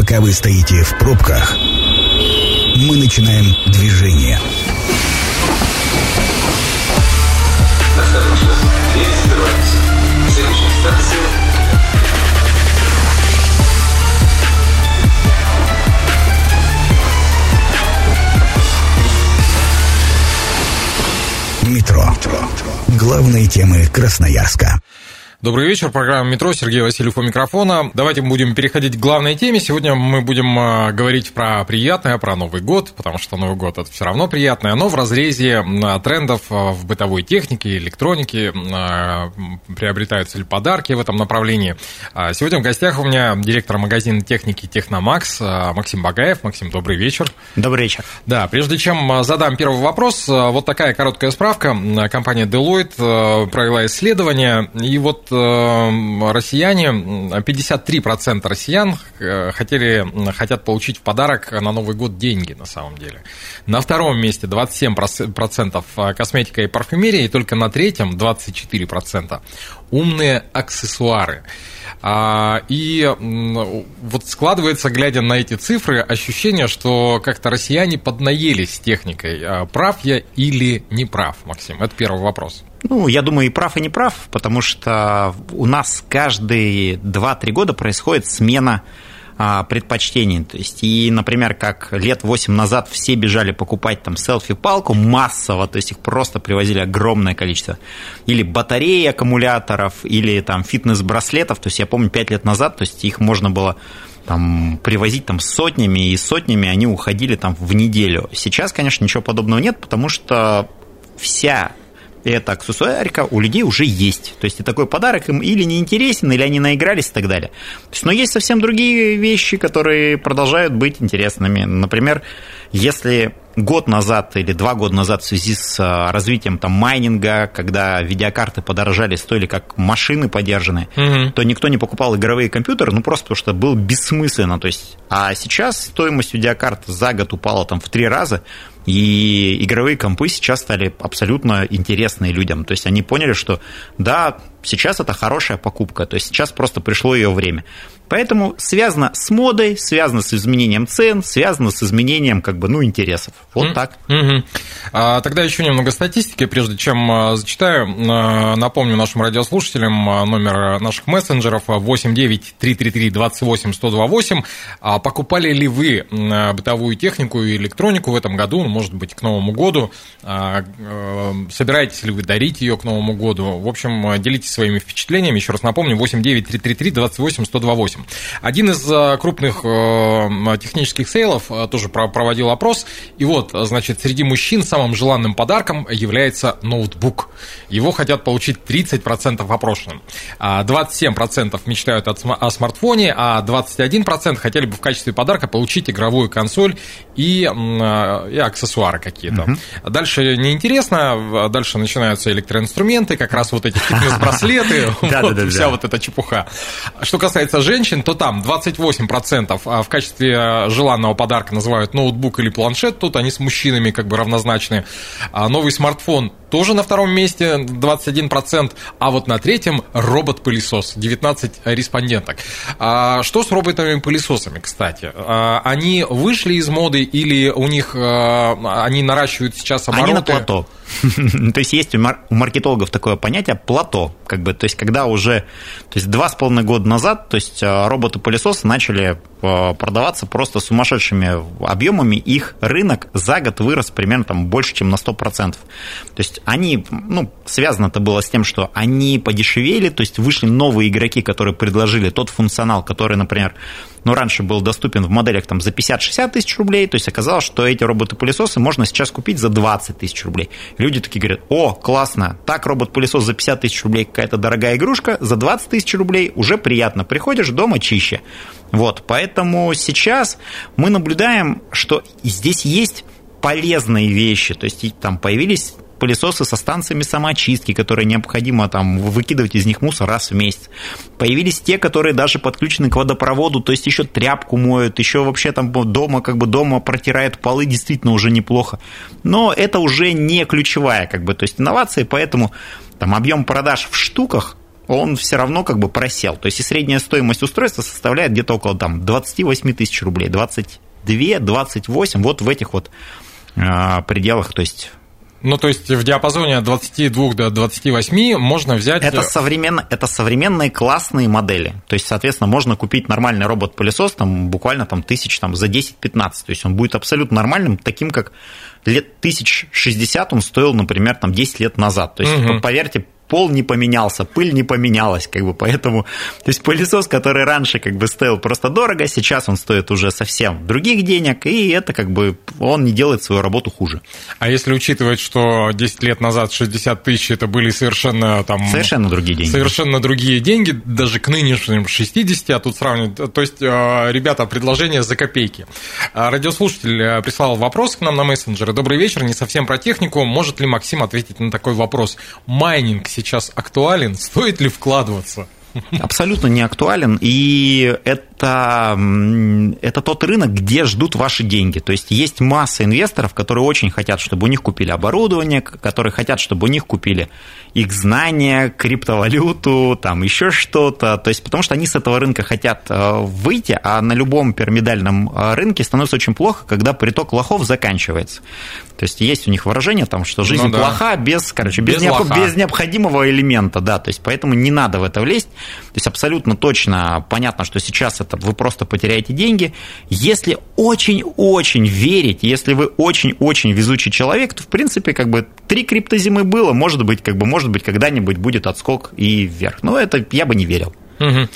Пока вы стоите в пробках, мы начинаем движение. Осторожно, дверь закрывается. Следующая станция. Метро. Главные темы Красноярска. Добрый вечер, программа «Метро», Сергей Васильев у микрофона. Давайте мы будем переходить к главной теме. Сегодня мы будем говорить про приятное, про Новый год, потому что Новый год – это все равно приятное, но в разрезе трендов в бытовой технике, электронике, приобретаются ли подарки в этом направлении. Сегодня в гостях у меня директор магазина техники «Техномакс» Максим Багаев. Максим, добрый вечер. Добрый вечер. Да, прежде чем задам первый вопрос, вот такая короткая справка. Компания Deloitte провела исследование, и вот россияне, 53% россиян хотят получить в подарок на Новый год деньги, на самом деле. На втором месте 27% косметика и парфюмерия, и только на третьем 24% умные аксессуары. И вот складывается, глядя на эти цифры, ощущение, что как-то россияне поднаелись техникой. Прав я или не прав, Максим? Это первый вопрос. Ну, я думаю, и прав, и не прав, потому что у нас каждые 2-3 года происходит смена предпочтений. То есть, и, например, как лет 8 назад все бежали покупать там селфи-палку массово, то есть их просто привозили огромное количество. Или батареи аккумуляторов, или там фитнес-браслетов. То есть я помню 5 лет назад, то есть их можно было там привозить там сотнями, и сотнями они уходили там в неделю. Сейчас, конечно, ничего подобного нет, потому что вся эта аксессуарика у людей уже есть. То есть и такой подарок им или не интересен, или они наигрались и так далее. То есть, но есть совсем другие вещи, которые продолжают быть интересными. Например, если год назад или 2 года назад в связи с развитием там майнинга, когда видеокарты подорожали, стоили как машины подержанные, то никто не покупал игровые компьютеры, ну просто потому что было бессмысленно. То есть, а сейчас стоимость видеокарт за год упала там в 3 раза, и игровые компы сейчас стали абсолютно интересные людям. То есть они поняли, что да, сейчас это хорошая покупка, то есть сейчас просто пришло ее время. Поэтому связано с модой, связано с изменением цен, связано с изменением интересов. Вот так. Тогда еще немного статистики, прежде чем зачитаю. Напомню нашим радиослушателям номер наших мессенджеров 89333281028. Покупали ли вы бытовую технику и электронику в этом году, может быть, к Новому году? Собираетесь ли вы дарить ее к Новому году? В общем, делитесь своими впечатлениями. Еще раз напомню, 89333281028. Один из крупных технических сейлов тоже проводил опрос, и вот, значит, среди мужчин самым желанным подарком является ноутбук. Его хотят получить 30% опрошенным. 27% мечтают о смартфоне, а 21% хотели бы в качестве подарка получить игровую консоль и аксессуары какие-то. Дальше неинтересно, дальше начинаются электроинструменты, как раз вот эти фитнес-браслеты, вся вот эта чепуха. Что касается женщин, то там 28% в качестве желанного подарка называют ноутбук или планшет, тут они с мужчинами как бы равнозначны. Новый смартфон тоже на втором месте 21%, а вот на третьем робот-пылесос, 19 респонденток. Что с роботами-пылесосами, кстати? Они вышли из моды или у них они наращивают сейчас обороты? Они на плато. То есть у маркетологов такое понятие плато, то есть когда уже, то есть 2,5 года назад, то есть роботы-пылесосы начали продаваться просто сумасшедшими объемами, их рынок за год вырос примерно там больше, чем на 100%. То есть они, связано это было с тем, что они подешевели, то есть вышли новые игроки, которые предложили тот функционал, который, например, раньше был доступен в моделях там за 50-60 тысяч рублей, то есть оказалось, что эти роботы-пылесосы можно сейчас купить за 20 тысяч рублей. Люди такие говорят: о, классно, так робот-пылесос за 50 тысяч рублей какая-то дорогая игрушка, за 20 тысяч рублей уже приятно, приходишь дома чище. Вот, поэтому сейчас мы наблюдаем, что здесь есть полезные вещи, то есть там появились пылесосы со станциями самоочистки, которые необходимо там выкидывать из них мусор раз в месяц. Появились те, которые даже подключены к водопроводу, то есть еще тряпку моют, еще вообще там дома протирают полы, действительно уже неплохо. Но это уже не ключевая то есть инновация, поэтому там объем продаж в штуках он все равно как бы просел. То есть и средняя стоимость устройства составляет где-то около там 28 тысяч рублей, 22, 28, вот в этих вот пределах, то есть... Ну, то есть в диапазоне от 22 до 28 можно взять... Это современные классные модели. То есть, соответственно, можно купить нормальный робот-пылесос там, буквально там, тысяч там, за 10-15. То есть он будет абсолютно нормальным, таким, как лет 1060 он стоил, например, там, 10 лет назад. То есть, поверьте, пол не поменялся, пыль не поменялась, как бы, поэтому, то есть пылесос, который раньше как бы стоил просто дорого, сейчас он стоит уже совсем других денег, и это как бы он не делает свою работу хуже. А если учитывать, что 10 лет назад 60 тысяч это были совершенно другие деньги. Совершенно другие деньги, даже к нынешним 60, а тут сравнивать, то есть, ребята, предложение за копейки. Радиослушатель прислал вопрос к нам на мессенджеры. Добрый вечер, не совсем про технику, может ли Максим ответить на такой вопрос? Майнинг сейчас актуален, стоит ли вкладываться? Абсолютно не актуален, и это тот рынок, где ждут ваши деньги. То есть есть масса инвесторов, которые очень хотят, чтобы у них купили оборудование, которые хотят, чтобы у них купили их знания, криптовалюту, там еще что-то. То есть потому что они с этого рынка хотят выйти, а на любом пирамидальном рынке становится очень плохо, когда приток лохов заканчивается. То есть есть у них выражение, там, что жизнь плоха без необходимого элемента. Да, то есть поэтому не надо в это влезть. То есть абсолютно точно понятно, что сейчас это вы просто потеряете деньги. Если очень-очень верить, если вы очень-очень везучий человек, то, в принципе, как бы 3 криптозимы было, может быть, когда-нибудь будет отскок и вверх. Но это я бы не верил. Ну,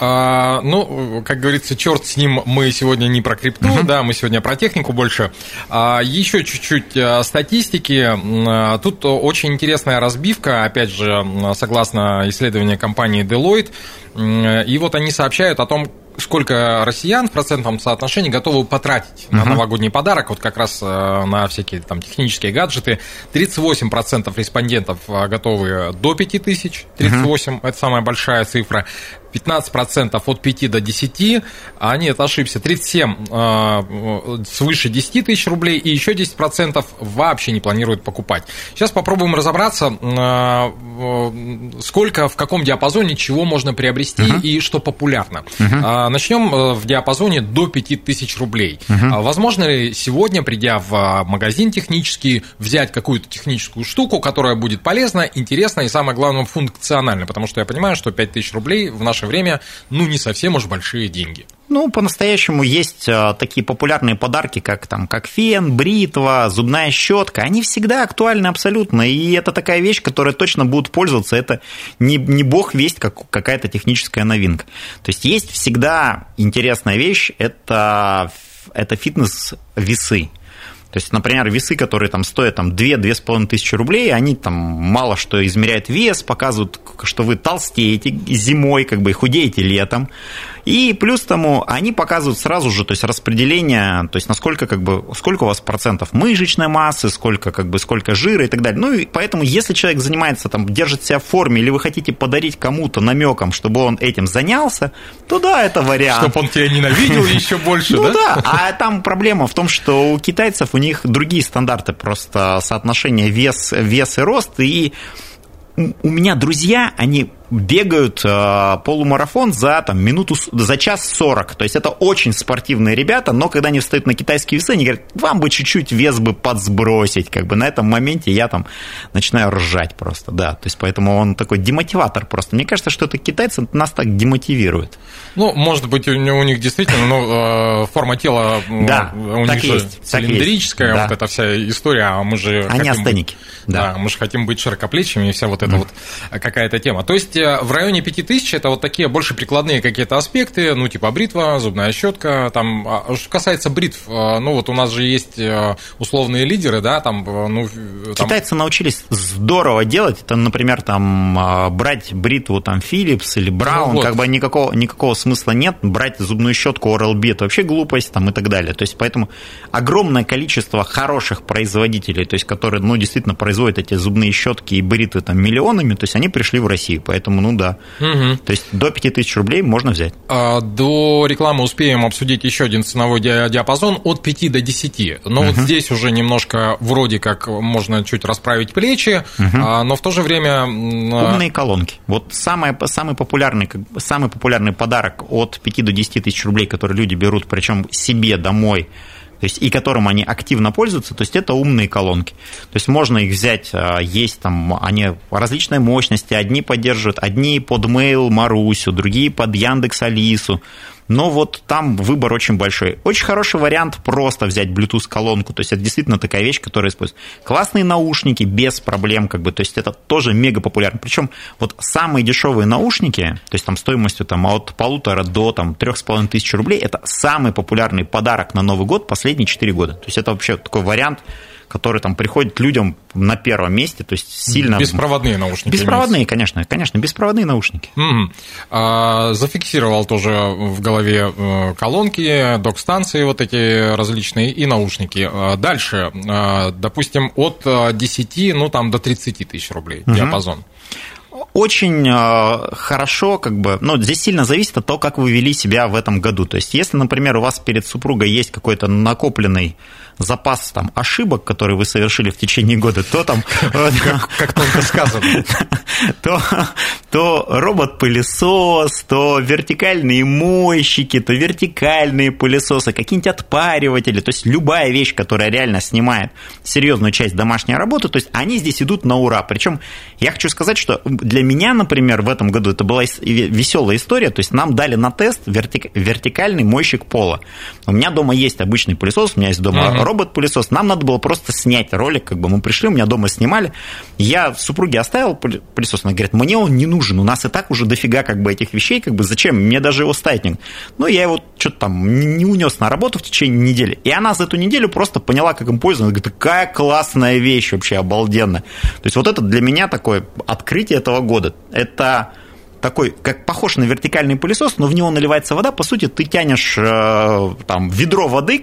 как говорится, черт с ним, мы сегодня не про крипту, да, мы сегодня про технику больше. Еще чуть-чуть статистики. Тут очень интересная разбивка, опять же, согласно исследованию компании Deloitte. И вот они сообщают о том, сколько россиян в процентном соотношении готовы потратить на новогодний подарок, вот как раз на всякие там технические гаджеты. 38% респондентов готовы до 5000, 38% это самая большая цифра. 15% от 5 до 10, а нет, ошибся, 37% свыше 10 тысяч рублей, и еще 10% вообще не планируют покупать. Сейчас попробуем разобраться, сколько, в каком диапазоне чего можно приобрести и что популярно. Начнем в диапазоне до 5000 рублей. Возможно ли сегодня, придя в магазин технический, взять какую-то техническую штуку, которая будет полезна, интересна и, самое главное, функциональна? Потому что я понимаю, что 5000 рублей в наше время, ну, не совсем уж большие деньги. Ну, по-настоящему есть такие популярные подарки, как фен, бритва, зубная щетка. Они всегда актуальны абсолютно, и это такая вещь, которой точно будут пользоваться. Это не бог весть, какая-то техническая новинка. То есть есть всегда интересная вещь, это фитнес-весы. То есть, например, весы, которые там стоят 2-2,5 тысячи рублей, они там мало что измеряют вес, показывают, что вы толстеете зимой, как бы, и худеете летом. И плюс тому они показывают сразу же, то есть распределение, то есть насколько, как бы, сколько у вас процентов мышечной массы, сколько жира и так далее. Ну и поэтому, если человек занимается, там, держит себя в форме, или вы хотите подарить кому-то намеком, чтобы он этим занялся, то да, это вариант. Чтобы он тебя ненавидел еще больше, да? Ну да, а там проблема в том, что у китайцев у них другие стандарты, просто соотношение вес и рост, и у меня друзья, они бегают полумарафон за час 40. То есть это очень спортивные ребята, но когда они встают на китайские весы, они говорят, вам бы чуть-чуть вес бы подсбросить. Как бы на этом моменте я там начинаю ржать просто, да. То есть поэтому он такой демотиватор просто. Мне кажется, что это китайцы нас так демотивируют. Ну, может быть, у них действительно форма тела у них же цилиндрическая, вот эта вся история, а мы же они астеники. Да, мы же хотим быть широкоплечими, и вся вот эта вот какая-то тема. То есть в районе 5000 это вот такие больше прикладные какие-то аспекты, ну, типа бритва, зубная щетка, там, что касается бритв, ну, вот у нас же есть условные лидеры, да, там, ну... Китайцы научились здорово делать, это, например, там, брать бритву, там, Philips или Brown, ну, вот. Как бы никакого смысла нет, брать зубную щетку Oral-B, это вообще глупость, там, и так далее, то есть, поэтому огромное количество хороших производителей, то есть, которые, ну, действительно производят эти зубные щетки и бритвы, там, миллионами, то есть, они пришли в Россию, поэтому поэтому, да. То есть до 5000 рублей можно взять. До рекламы успеем обсудить еще один ценовой диапазон от 5 до 10. Но вот здесь уже немножко вроде как можно чуть расправить плечи, но в то же время... Умные колонки. Вот самый популярный подарок от 5 до 10 тысяч рублей, который люди берут, причем себе домой, то есть и которым они активно пользуются, то есть это умные колонки. То есть можно их взять, есть там они различной мощности, одни поддерживают, одни под Mail Марусю, другие под Яндекс Алису. Но вот там выбор очень большой. Очень хороший вариант просто взять Bluetooth-колонку, то есть это действительно такая вещь, которая используется. Классные наушники без проблем, то есть это тоже мега популярно. Причем вот самые дешевые наушники, то есть там стоимостью от 1500 до 3500 рублей, это самый популярный подарок на Новый год последние 4 года. То есть это вообще такой вариант, который там приходит людям на первом месте, то есть сильно... Беспроводные наушники. Беспроводные, конечно, беспроводные наушники. Зафиксировал тоже в голове колонки, док-станции вот эти различные и наушники. Дальше, допустим, от 10, до 30 тысяч рублей диапазон. Очень хорошо, здесь сильно зависит от того, как вы вели себя в этом году. То есть, если, например, у вас перед супругой есть какой-то накопленный запас ошибок, которые вы совершили в течение года, то там... Как тонко сказано. То робот-пылесос, то вертикальные мойщики, то вертикальные пылесосы, какие-нибудь отпариватели, то есть любая вещь, которая реально снимает серьезную часть домашней работы, то есть они здесь идут на ура. Причем я хочу сказать, что для меня, например, в этом году это была веселая история, то есть нам дали на тест вертикальный мойщик пола. У меня дома есть обычный пылесос, у меня есть дома робот-пылесос, нам надо было просто снять ролик, мы пришли, у меня дома снимали, я супруге оставил пылесос, она говорит, мне он не нужен, у нас и так уже дофига этих вещей, зачем, мне даже его ставить не... Ну, я его что-то там не унес на работу в течение недели, и она за эту неделю просто поняла, как им пользоваться, говорит, какая классная вещь, вообще обалденная. То есть вот это для меня такое открытие этого года, это... такой, как похож на вертикальный пылесос, но в него наливается вода, по сути, ты тянешь ведро воды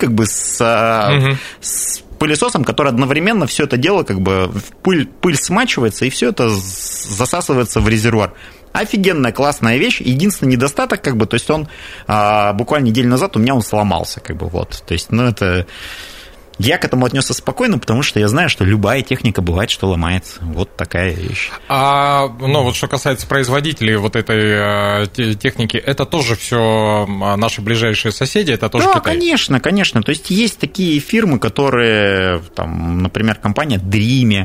с пылесосом, который одновременно все это дело, пыль смачивается, и все это засасывается в резервуар. Офигенная, классная вещь. Единственный недостаток, то есть он буквально неделю назад у меня он сломался, вот. То есть, это... Я к этому отнесся спокойно, потому что я знаю, что любая техника бывает, что ломается. Вот такая вещь. Вот что касается производителей вот этой техники, это тоже все наши ближайшие соседи, это тоже Китай? Да, конечно. То есть есть такие фирмы, которые, например, компания Dreame,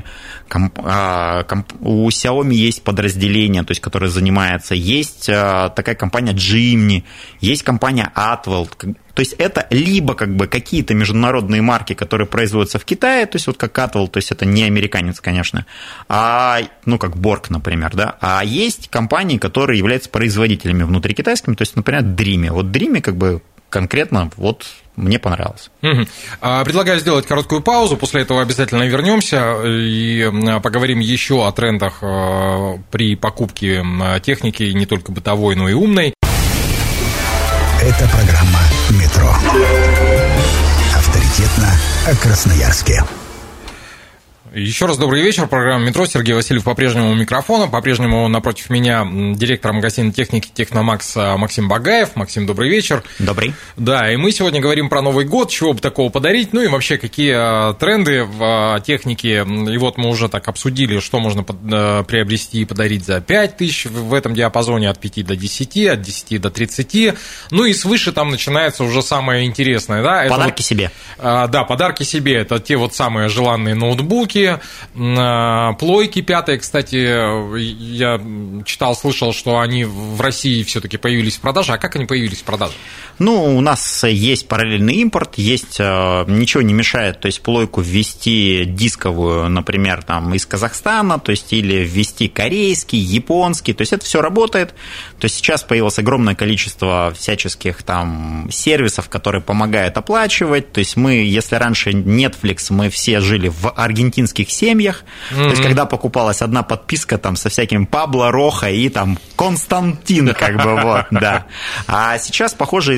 у Xiaomi есть подразделение, то есть, которое занимается, есть такая компания Jimny, есть компания Atwell. То есть это либо какие-то международные марки, которые производятся в Китае, то есть вот как Atwell, то есть это не американец, конечно, как Borg, например, да, а есть компании, которые являются производителями внутрикитайскими, то есть, например, Dreame. Вот Dreame конкретно мне понравилось. Предлагаю сделать короткую паузу, после этого обязательно вернемся и поговорим еще о трендах при покупке техники не только бытовой, но и умной. Это программа «Метро». Авторитетно о Красноярске. Еще раз добрый вечер. Программа «Метро». Сергей Васильев по-прежнему у микрофона. По-прежнему напротив меня директор магазина техники «Техномакс» Максим Багаев. Максим, добрый вечер. Добрый. Да, и мы сегодня говорим про Новый год, чего бы такого подарить, и вообще какие тренды в технике. И вот мы уже так обсудили, что можно приобрести и подарить за 5 тысяч в этом диапазоне от 5 до 10, от 10 до 30. И свыше там начинается уже самое интересное. Да? Подарки себе. Да, подарки себе. Это те самые желанные ноутбуки, плойки 5, кстати, я читал, слышал, что они в России все-таки появились в продаже. А как они появились в продаже? У нас есть параллельный импорт, ничего не мешает, то есть плойку ввести дисковую, например, из Казахстана, то есть или ввести корейский, японский, то есть это все работает. То есть сейчас появилось огромное количество всяческих сервисов, которые помогают оплачивать. То есть если раньше Netflix, мы все жили в аргентинских семьях, то есть когда покупалась одна подписка со всяким Пабло, Роха и Константин, да. А сейчас похожая история.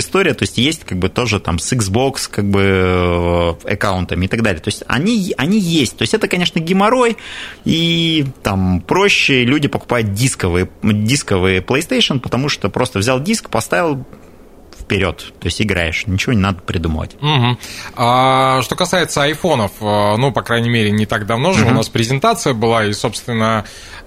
история, то есть есть как бы тоже там с Xbox как бы аккаунтами и так далее. То есть они есть. То есть это, конечно, геморрой, и там проще люди покупают дисковые PlayStation, потому что просто взял диск, поставил, вперед, то есть играешь, ничего не надо придумывать. Угу. Что касается айфонов, ну, по крайней мере, не так давно же у нас презентация была, и, собственно,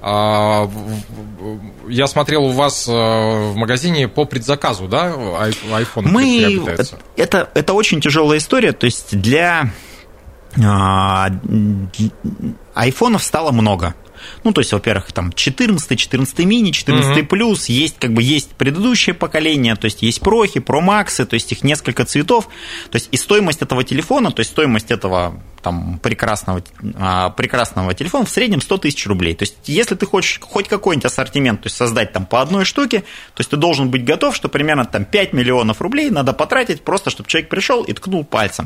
я смотрел у вас в магазине по предзаказу, да, айфоны приобретаются? Это очень тяжелая история, то есть для айфонов стало много. Ну, то есть, во-первых, там 14 мини, 14 плюс, есть как бы есть предыдущее поколение, то есть есть прохи, промаксы, то есть их несколько цветов, то есть и стоимость этого телефона, то есть стоимость этого там прекрасного телефона в среднем 100 тысяч рублей. То есть если ты хочешь хоть какой-нибудь ассортимент, то есть создать там по одной штуке, то есть ты должен быть готов, что примерно там 5 миллионов рублей надо потратить просто, чтобы человек пришел и ткнул пальцем.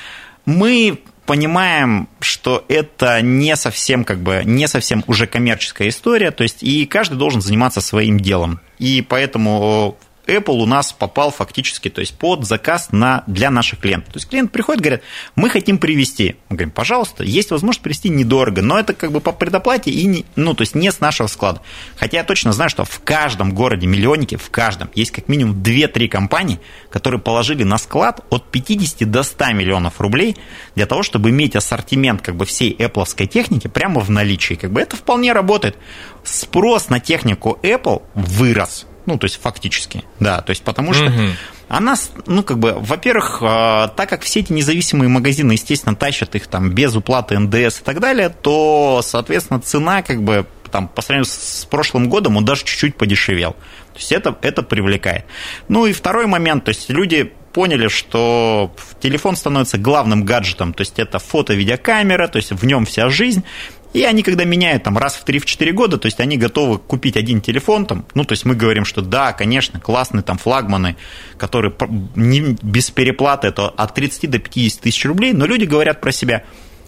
Мы понимаем, что это не совсем уже коммерческая история, то есть и каждый должен заниматься своим делом. И поэтому Apple у нас попал фактически, то есть под заказ для наших клиентов. То есть клиент приходит, говорит, мы хотим привезти. Мы говорим, пожалуйста, есть возможность привезти недорого, но это как бы по предоплате и то есть не с нашего склада. Хотя я точно знаю, что в каждом городе миллионнике, в каждом есть как минимум 2-3 компании, которые положили на склад от 50 до 100 миллионов рублей для того, чтобы иметь ассортимент как бы всей Apple-овской техники прямо в наличии. Как бы это вполне работает. Спрос на технику Apple вырос. Ну, то есть фактически, да, то есть потому что она, во-первых, так как все эти независимые магазины, естественно, тащат их там без уплаты НДС и так далее, то, соответственно, цена как бы там по сравнению с прошлым годом он даже чуть-чуть подешевел. То есть это привлекает. Ну и второй момент, то есть люди поняли, что телефон становится главным гаджетом, то есть это фото-видеокамера, то есть в нем вся жизнь. И они, когда меняют там, раз в 3-4 года, то есть они готовы купить один телефон, там, ну, то есть мы говорим, что да, конечно, классные там флагманы, которые без переплаты, это от 30 до 50 тысяч рублей, но люди говорят про себя,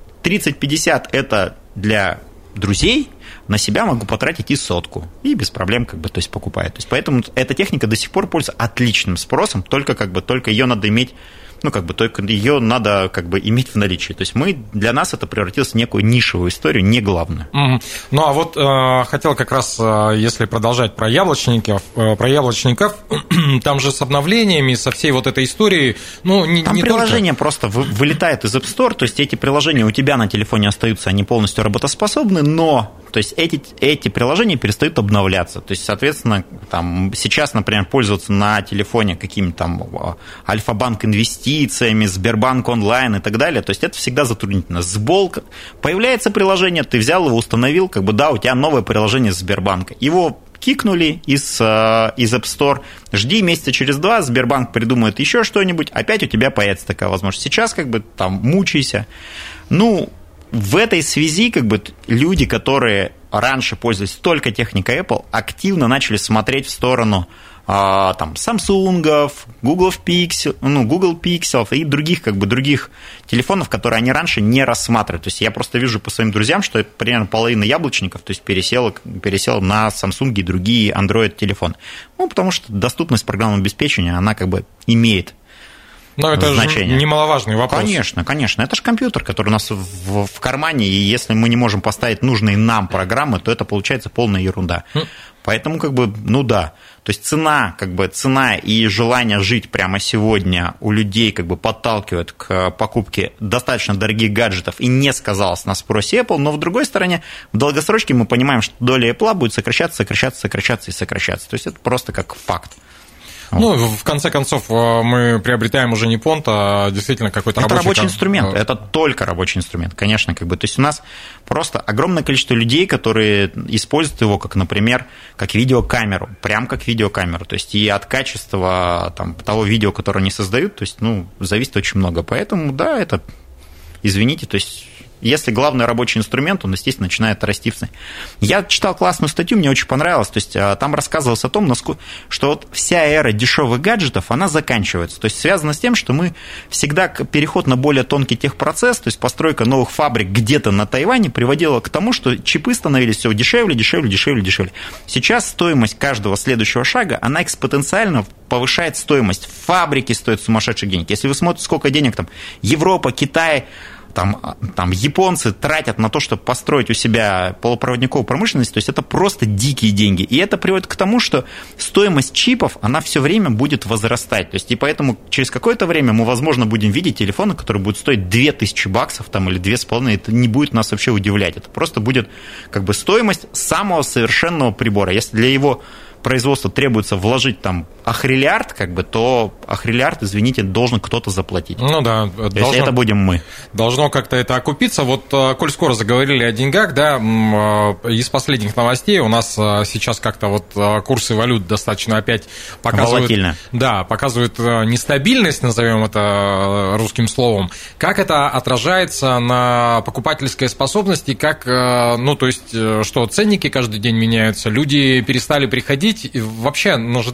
30-50 это для друзей, на себя могу потратить и 100, и без проблем как бы, то есть покупают. То есть поэтому эта техника до сих пор пользуется отличным спросом, только ее надо иметь, только ее надо иметь в наличии. То есть для нас это превратилось в некую нишевую историю, не главную. Ну, а вот хотел как раз, если продолжать про яблочников, там же с обновлениями, со всей вот этой историей, там приложение просто вылетает из App Store, то есть эти приложения у тебя на телефоне остаются, они полностью работоспособны, но то есть эти приложения перестают обновляться. То есть, соответственно, там, сейчас, например, пользоваться на телефоне какими-то там Альфа-банк инвестициями, Сбербанк онлайн и так далее, то есть это всегда затруднительно. Появляется приложение, ты взял его, установил, у тебя новое приложение Сбербанка. Его кикнули из App Store, жди месяца через 2, Сбербанк придумает еще что-нибудь, опять у тебя появится такая возможность. Сейчас мучайся. В этой связи люди, которые раньше пользовались только техникой Apple, активно начали смотреть в сторону Samsung, Google Pixel и других телефонов, которые они раньше не рассматривали. То есть я просто вижу по своим друзьям, что примерно половина яблочников то есть пересела на Samsung и другие Android-телефоны. Потому что доступность программного обеспечения, она имеет Но это значение. Же немаловажный вопрос. Конечно. Это же компьютер, который у нас в кармане, и если мы не можем поставить нужные нам программы, то это получается полная ерунда. Поэтому, да. То есть цена и желание жить прямо сегодня у людей подталкивает к покупке достаточно дорогих гаджетов и не сказалось на спросе Apple, но, с другой стороны, в долгосрочке мы понимаем, что доля Apple будет сокращаться. То есть это просто как факт. В конце концов, мы приобретаем уже не понт, а действительно какой-то рабочий... Это рабочий инструмент, это только рабочий инструмент, конечно. То есть у нас просто огромное количество людей, которые используют его, например, как видеокамеру, прям как видеокамеру. То есть и от качества того видео, которое они создают, то есть, зависит очень много. Поэтому, да, это, извините, то есть если главный рабочий инструмент, он, естественно, начинает расти в цене. Я читал классную статью, мне очень понравилось, то есть там рассказывалось о том, что вот вся эра дешевых гаджетов, она заканчивается. То есть связано с тем, что мы всегда переход на более тонкий техпроцесс, то есть постройка новых фабрик где-то на Тайване приводила к тому, что чипы становились все дешевле. Сейчас стоимость каждого следующего шага, она экспоненциально повышает стоимость. Фабрики стоят сумасшедших денег. Если вы смотрите, сколько денег там Европа, Китай, там японцы тратят на то, чтобы построить у себя полупроводниковую промышленность, то есть это просто дикие деньги. И это приводит к тому, что стоимость чипов, она все время будет возрастать. То есть, и поэтому через какое-то время мы, возможно, будем видеть телефоны, которые будут стоить $2000 там, или 2,5. Это не будет нас вообще удивлять. Это просто будет как бы стоимость самого совершенного прибора. Если для его производства требуется вложить там ахриллиард, как бы, то ахриллиард, извините, должен кто-то заплатить. Ну да. Если это будем мы. Должно как-то это окупиться. Вот, коль скоро заговорили о деньгах, да, из последних новостей у нас сейчас как-то вот курсы валют достаточно опять показывают... Волатильно. Да, показывают нестабильность, назовем это русским словом. Как это отражается на покупательской способности? Как, ну, то есть, что ценники каждый день меняются, люди перестали приходить. Вообще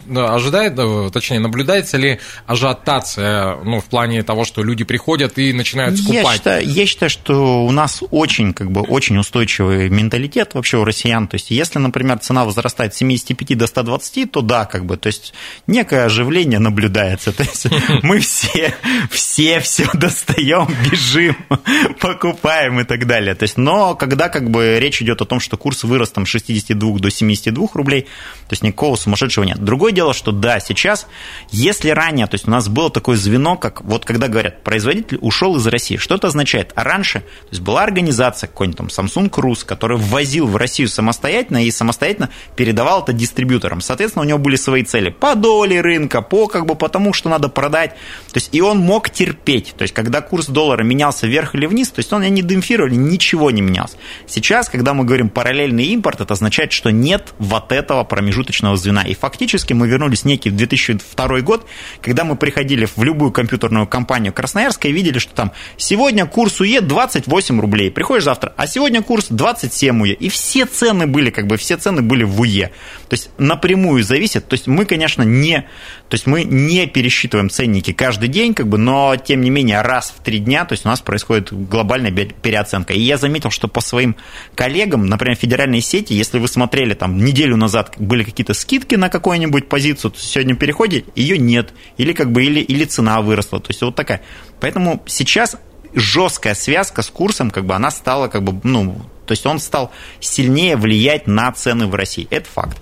наблюдается ли ажиотация, ну, в плане того, что люди приходят и начинают скупать? Я считаю, что у нас очень устойчивый менталитет вообще у россиян. То есть, если, например, цена возрастает с 75 до 120, то да, как бы, то есть, некое оживление наблюдается. То есть, мы все достаем, бежим, покупаем и так далее. То есть, но когда как бы речь идет о том, что курс вырос там, с 62 до 72 рублей, то есть никакого сумасшедшего нет. Другое дело, что да, сейчас, если ранее, то есть у нас было такое звено, как вот когда говорят, производитель ушел из России, что это означает? А раньше, то есть была организация, какой-нибудь там Samsung Rus, который ввозил в Россию самостоятельно и самостоятельно передавал это дистрибьюторам. Соответственно, у него были свои цели по доле рынка, по тому, что надо продать. То есть и он мог терпеть. То есть когда курс доллара менялся вверх или вниз, то есть он не демпфировали, ничего не менялся. Сейчас, когда мы говорим параллельный импорт, это означает, что нет вот этого промежуточного звена. И фактически мы вернулись в некий 2002 год, когда мы приходили в любую компьютерную компанию Красноярска и видели, что там сегодня курс УЕ 28 рублей, приходишь завтра, а сегодня курс 27 УЕ. И все цены были в УЕ. То есть напрямую зависит. То есть мы, конечно, не пересчитываем ценники каждый день, как бы, но тем не менее раз в 3 дня, то есть у нас происходит глобальная переоценка. И я заметил, что по своим коллегам, например, федеральные сети, если вы смотрели там неделю назад, были какие-то скидки на какую-нибудь позицию, то сегодня переходите, ее нет, или цена выросла, то есть вот такая. Поэтому сейчас жесткая связка с курсом, как бы, она стала, как бы, ну, то есть он стал сильнее влиять на цены в России. Это факт.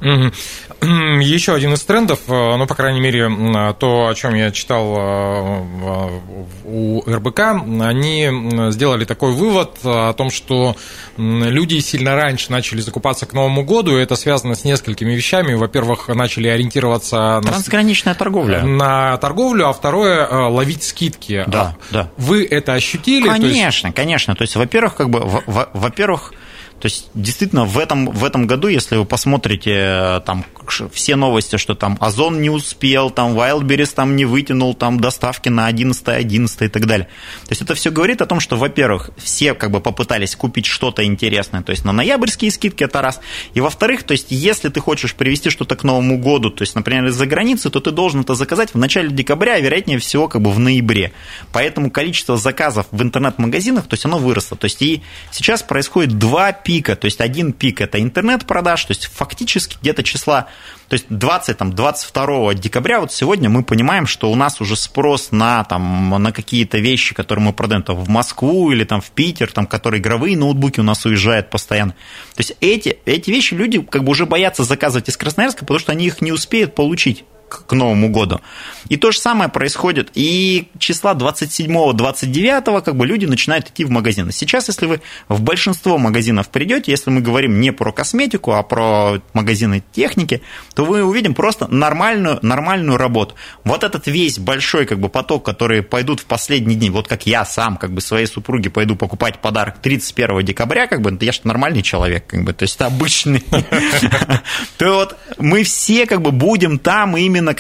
Еще один из трендов, ну, по крайней мере, то, о чем я читал у РБК, они сделали такой вывод о том, что люди сильно раньше начали закупаться к Новому году. Это связано с несколькими вещами. Во-первых, начали ориентироваться трансграничная торговля. На торговлю, а второе – ловить скидки. Да. Вы это ощутили? Конечно. То есть, во-первых, то есть, действительно, в этом году, если вы посмотрите там все новости, что там Озон не успел, там Wildberries там не вытянул там доставки на 11 и так далее. То есть, это все говорит о том, что, во-первых, все как бы попытались купить что-то интересное, то есть, на ноябрьские скидки, это раз. И, во-вторых, то есть, если ты хочешь привезти что-то к Новому году, то есть, например, из-за границы, то ты должен это заказать в начале декабря, а вероятнее всего, как бы в ноябре. Поэтому количество заказов в интернет-магазинах, то есть, оно выросло. То есть, и сейчас происходит 2 пика, то есть один пик – это интернет-продаж, то есть фактически где-то числа, то есть 22 декабря, вот сегодня мы понимаем, что у нас уже спрос на какие-то вещи, которые мы продаем там, в Москву или там, в Питер, там, которые игровые ноутбуки у нас уезжают постоянно. То есть эти вещи люди как бы уже боятся заказывать из Красноярска, потому что они их не успеют получить к Новому году. И то же самое происходит и числа 27-29 как бы люди начинают идти в магазины. Сейчас, если вы в большинство магазинов придете, если мы говорим не про косметику, а про магазины техники, то вы увидим просто нормальную работу. Вот этот весь большой как бы поток, которые пойдут в последние дни, вот как я сам как бы своей супруге пойду покупать подарок 31 декабря, как бы, я же нормальный человек, как бы, то есть это обычный, то вот мы все как бы будем там именно именно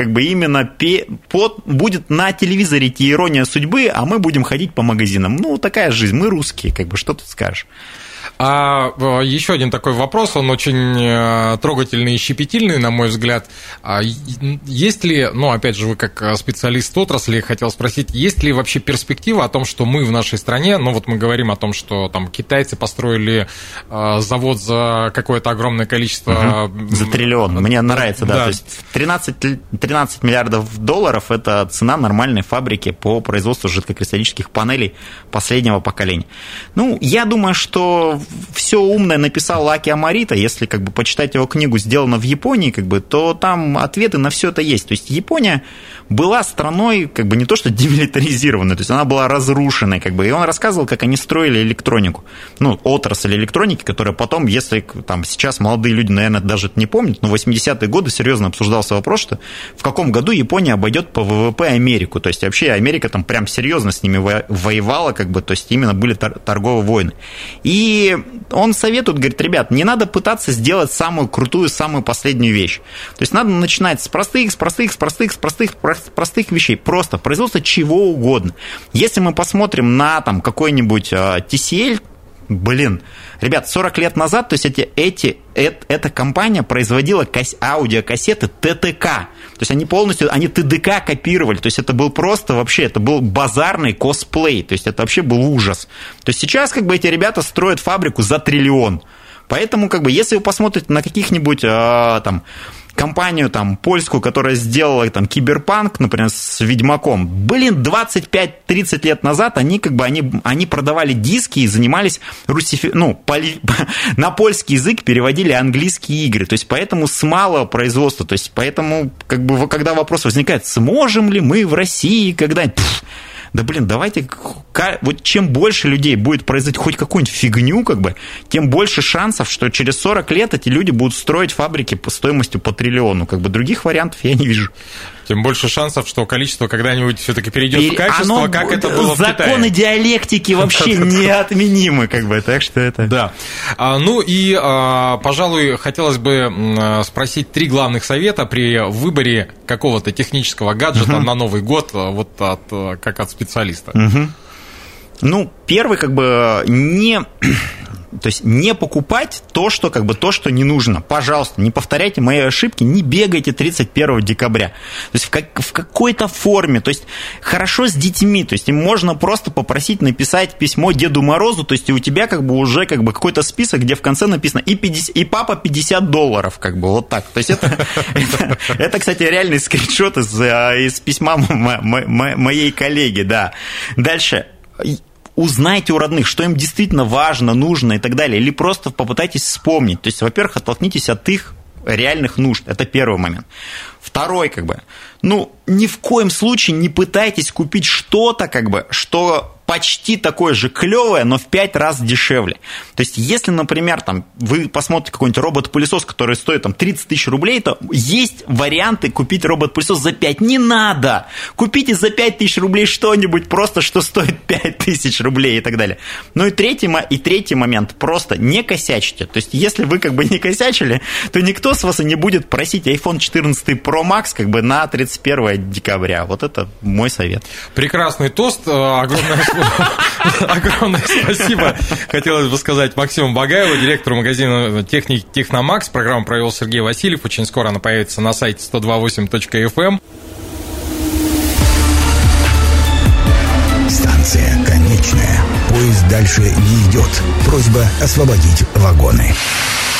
будет на телевизоре идти «Ирония судьбы», а мы будем ходить по магазинам. Ну, такая жизнь, мы русские, что тут скажешь. А еще один такой вопрос, он очень трогательный и щепетильный, на мой взгляд. Есть ли, опять же, вы как специалист отрасли, хотел спросить, есть ли вообще перспектива о том, что мы в нашей стране, мы говорим о том, что там китайцы построили завод за какое-то огромное количество... За триллион, мне нравится, да. То есть 13 миллиардов долларов – это цена нормальной фабрики по производству жидкокристаллических панелей последнего поколения. Я думаю, что все умное написал Аки Амарита, если почитать его книгу «Сделано в Японии», то там ответы на все это есть. То есть Япония была страной не то что демилитаризированной, то есть она была разрушенной, и он рассказывал, как они строили электронику, отрасль электроники, которая потом, если сейчас молодые люди, наверное, даже это не помнят, но в 80-е годы серьезно обсуждался вопрос, что в каком году Япония обойдет по ВВП Америку, то есть вообще Америка там прям серьезно с ними воевала, то есть именно были торговые войны. И он советует, говорит, ребят, не надо пытаться сделать самую крутую, самую последнюю вещь. То есть надо начинать с простых вещей. Просто производство чего угодно. Если мы посмотрим на какой-нибудь TCL, ребят, 40 лет назад, то есть эта компания производила аудиокассеты ТТК. То есть они ТДК копировали. То есть это был просто вообще, это был базарный косплей. То есть это вообще был ужас. То есть сейчас эти ребята строят фабрику за триллион. Поэтому если вы посмотрите на каких-нибудь компанию польскую, которая сделала Киберпанк, например, с Ведьмаком. 25-30 лет назад они продавали диски и занимались на польский язык переводили английские игры. То есть поэтому с малого производства. То есть поэтому когда вопрос возникает, сможем ли мы в России когда-нибудь... давайте, чем больше людей будет производить хоть какую-нибудь фигню, тем больше шансов, что через 40 лет эти люди будут строить фабрики по стоимостью по триллиону. Других вариантов я не вижу. Тем больше шансов, что количество когда-нибудь все-таки перейдет в качество, как это было в Китае. Законы диалектики вообще неотменимы, так что это... Да. Пожалуй, хотелось бы спросить 3 главных совета при выборе какого-то технического гаджета на Новый год, как от специалиста. Первый, не покупать то, что не нужно. Пожалуйста, не повторяйте мои ошибки, не бегайте 31 декабря. То есть в какой-то форме. То есть хорошо с детьми. То есть им можно просто попросить написать письмо Деду Морозу, то есть и у тебя уже какой-то список, где в конце написано и папа $50. Вот так. То есть это, кстати, реальный скриншот из письма моей коллеги, да. Дальше. Узнайте у родных, что им действительно важно, нужно и так далее, или просто попытайтесь вспомнить. То есть, во-первых, оттолкнитесь от их реальных нужд. Это первый момент. Второй, ни в коем случае не пытайтесь купить что-то, что почти такое же клевое, но в 5 раз дешевле. То есть, если, например, вы посмотрите какой-нибудь робот-пылесос, который стоит 30 тысяч рублей, то есть варианты купить робот-пылесос за 5. Не надо! Купите за 5 тысяч рублей что-нибудь просто, что стоит 5 тысяч рублей и так далее. И третий момент. Просто не косячьте. То есть, если вы не косячили, то никто с вас и не будет просить iPhone 14 Pro Max на 31 декабря. Вот это мой совет. Прекрасный тост. Огромное спасибо, хотелось бы сказать Максиму Багаеву, директору магазина техники Техномакс. Программу провел Сергей Васильев. Очень скоро она появится на сайте 128.fm. Станция конечная. Поезд дальше не идет. Просьба освободить вагоны.